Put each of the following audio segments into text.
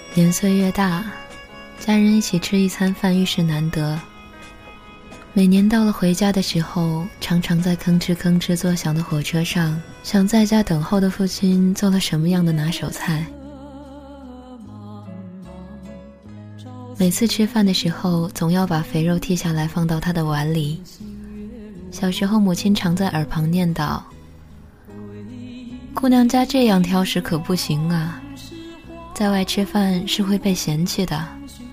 年岁越大，家人一起吃一餐饭愈是难得。每年到了回家的时候，常常在吭哧吭哧作响的火车上，想在家等候的父亲做了什么样的拿手菜。每次吃饭的时候，总要把肥肉剔下来放到他的碗里。小时候母亲常在耳旁念叨，姑娘家这样挑食可不行啊，在外吃饭是会被嫌弃的。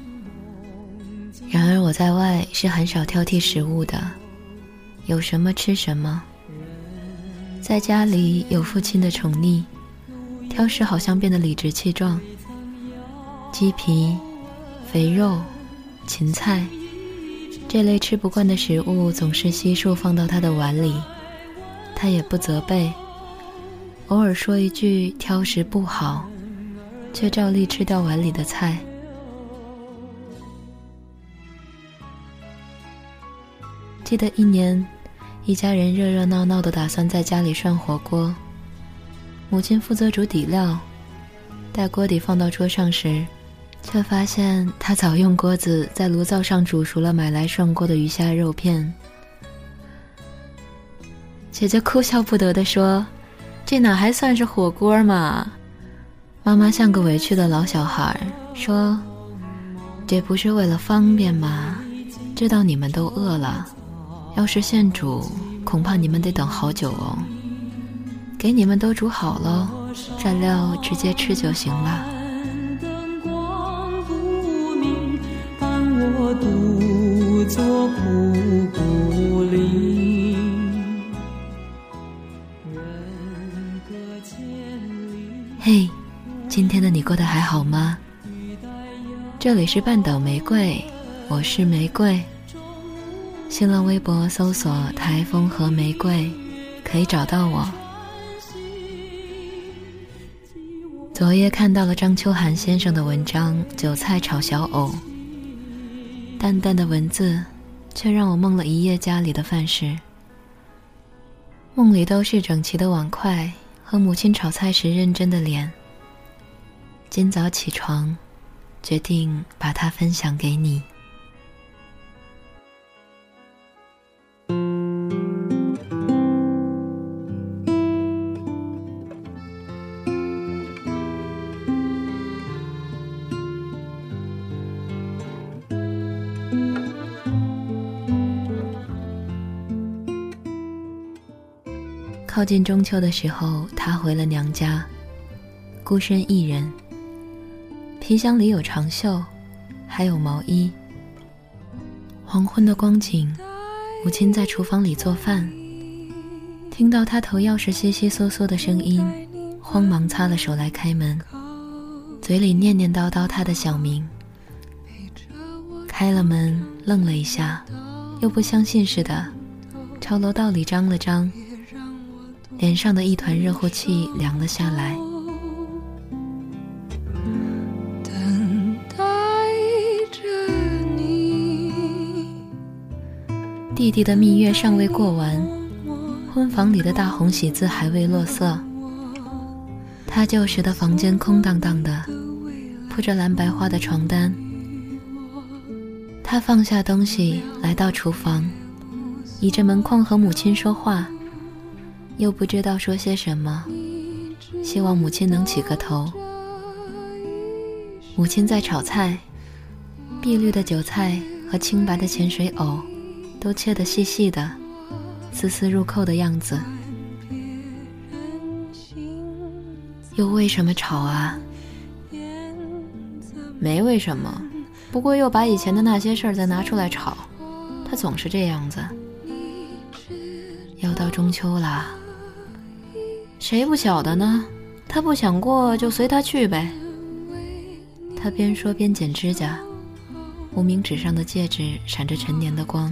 然而我在外是很少挑剔食物的，有什么吃什么。在家里有父亲的宠溺，挑食好像变得理直气壮。鸡皮、肥肉、芹菜这类吃不惯的食物总是悉数放到他的碗里，他也不责备，偶尔说一句挑食不好，却照例吃掉碗里的菜。记得一年，一家人热热闹闹地打算在家里涮火锅，母亲负责煮底料，待锅底放到桌上时，却发现她早用锅子在炉灶上煮熟了买来涮过的鱼虾肉片。姐姐哭笑不得地说，这哪还算是火锅嘛？妈妈像个委屈的老小孩说，这不是为了方便吗？知道你们都饿了，要是现煮恐怕你们得等好久哦，给你们都煮好了，蘸料直接吃就行了。我独坐蒲公林，嘿，今天的你过得还好吗？这里是半岛玫瑰，我是玫瑰。新浪微博搜索台风和玫瑰可以找到我。昨夜看到了张秋寒先生的文章《韭菜炒小藕》，淡淡的文字却让我梦了一夜家里的饭食。梦里都是整齐的碗筷和母亲炒菜时认真的脸。今早起床，决定把它分享给你。靠近中秋的时候，他回了娘家，孤身一人。皮箱里有长袖，还有毛衣。黄昏的光景，母亲在厨房里做饭，听到他投钥匙窸窸窣窣的声音，慌忙擦了手来开门，嘴里念念叨叨他的小名。开了门，愣了一下，又不相信似的，朝楼道里张了张，脸上的一团热乎气凉了下来。等待着你。弟弟的蜜月尚未过完，婚房里的大红喜字还未落色。他旧时的房间空荡荡的，铺着蓝白花的床单。他放下东西，来到厨房，倚着门框和母亲说话，又不知道说些什么，希望母亲能起个头。母亲在炒菜，碧绿的韭菜和青白的潜水藕都切得细细的，丝丝入扣的样子。又为什么炒啊？没为什么，不过又把以前的那些事儿再拿出来炒，他总是这样子。要到中秋啦，谁不晓得呢？他不想过就随他去呗。他边说边剪指甲，无名指上的戒指闪着陈年的光。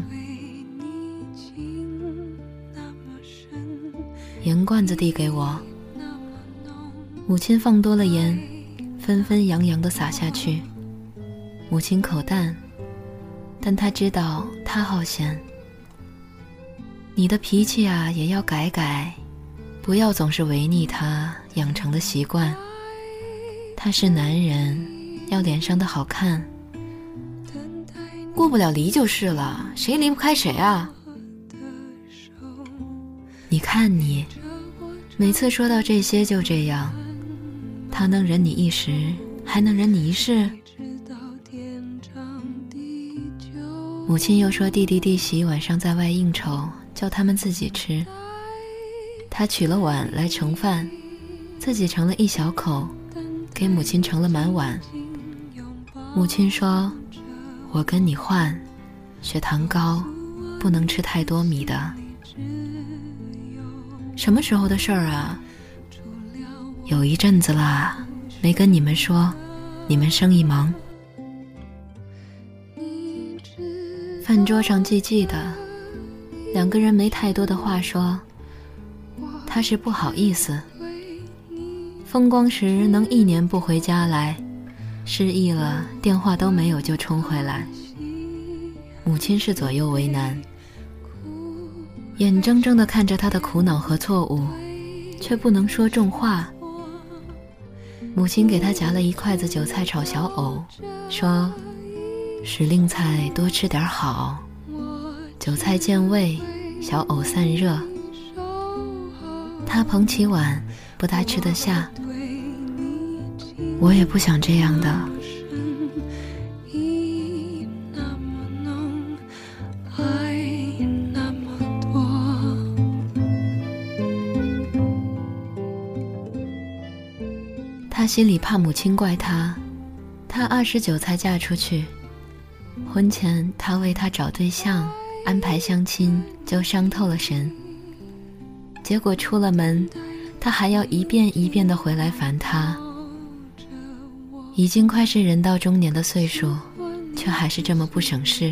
盐罐子递给我，母亲放多了盐，纷纷扬扬地洒下去。母亲口淡，但她知道他好咸。你的脾气啊也要改改，不要总是违逆他养成的习惯。他是男人， 要脸上的好看，过不了离就是了，谁离不开谁啊？你看你，每次说到这些就这样，他能忍你一时，还能忍你一世？母亲又说弟弟弟媳晚上在外应酬，叫他们自己吃。他取了碗来盛饭，自己盛了一小口，给母亲盛了满碗。母亲说，我跟你换，血糖高，不能吃太多米的。什么时候的事儿啊？有一阵子啦，没跟你们说，你们生意忙。饭桌上寂寂的，两个人没太多的话说。他是不好意思，风光时能1年不回家来，失忆了电话都没有就冲回来。母亲是左右为难，眼睁睁地看着他的苦恼和错误，却不能说重话。母亲给他夹了1筷子韭菜炒小藕，说时令菜多吃点好，韭菜健胃，小藕散热。他捧起碗，不大吃得下。我也不想这样的。他心里怕母亲怪他29才嫁出去，婚前他为他找对象，安排相亲，就伤透了神。结果出了门，他还要一遍一遍地回来烦他。已经快是人到中年的岁数，却还是这么不省事。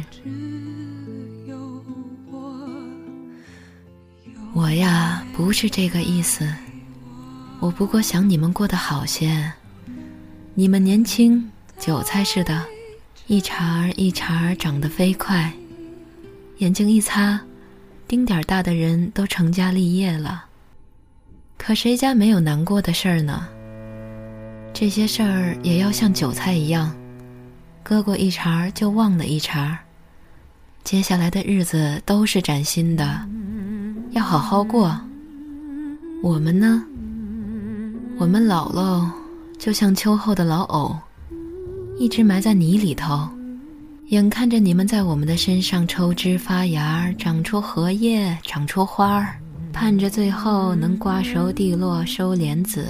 我呀，不是这个意思，我不过想你们过得好些。你们年轻，韭菜似的，一茬儿一茬儿长得飞快，眼睛一擦，丁点大的人都成家立业了。可谁家没有难过的事儿呢？这些事儿也要像韭菜一样，割过一茬就忘了一茬，接下来的日子都是崭新的，要好好过。我们呢？我们老喽，就像秋后的老藕，一直埋在泥里头，眼看着你们在我们的身上抽枝发芽，长出荷叶，长出花儿，盼着最后能瓜熟蒂落，收莲子。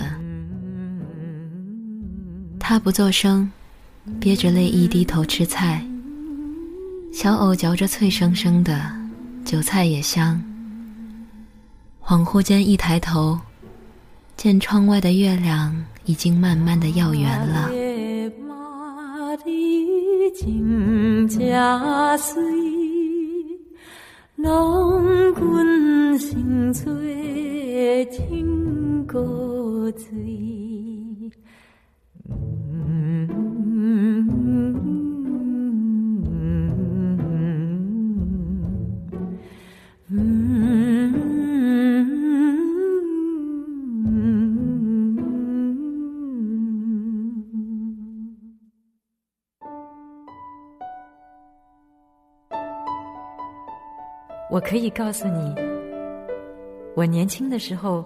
他不作声，憋着泪一低头吃菜。小藕嚼着脆生生的，韭菜也香。恍惚间一抬头，见窗外的月亮已经慢慢的要圆了。郎君心醉天高醉， 我可以告诉你，我年轻的时候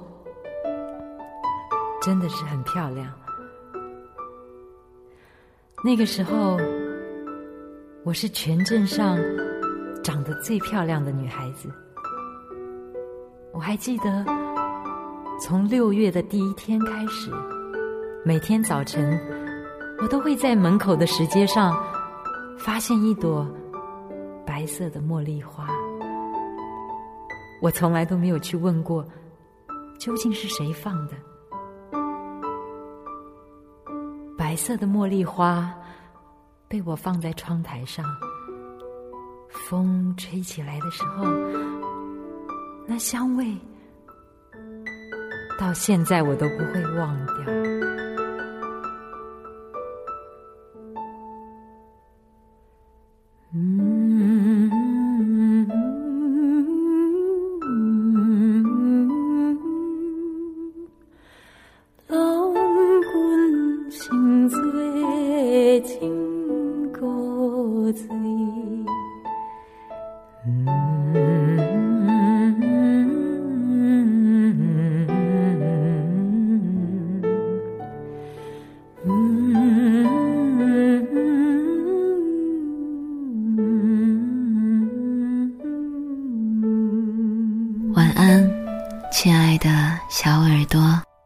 真的是很漂亮。那个时候，我是全镇上长得最漂亮的女孩子。我还记得，从6月的第1天开始，每天早晨，我都会在门口的石阶上发现一朵白色的茉莉花。我从来都没有去问过，究竟是谁放的。白色的茉莉花被我放在窗台上，风吹起来的时候，那香味到现在我都不会忘掉。郎君心醉耳朵。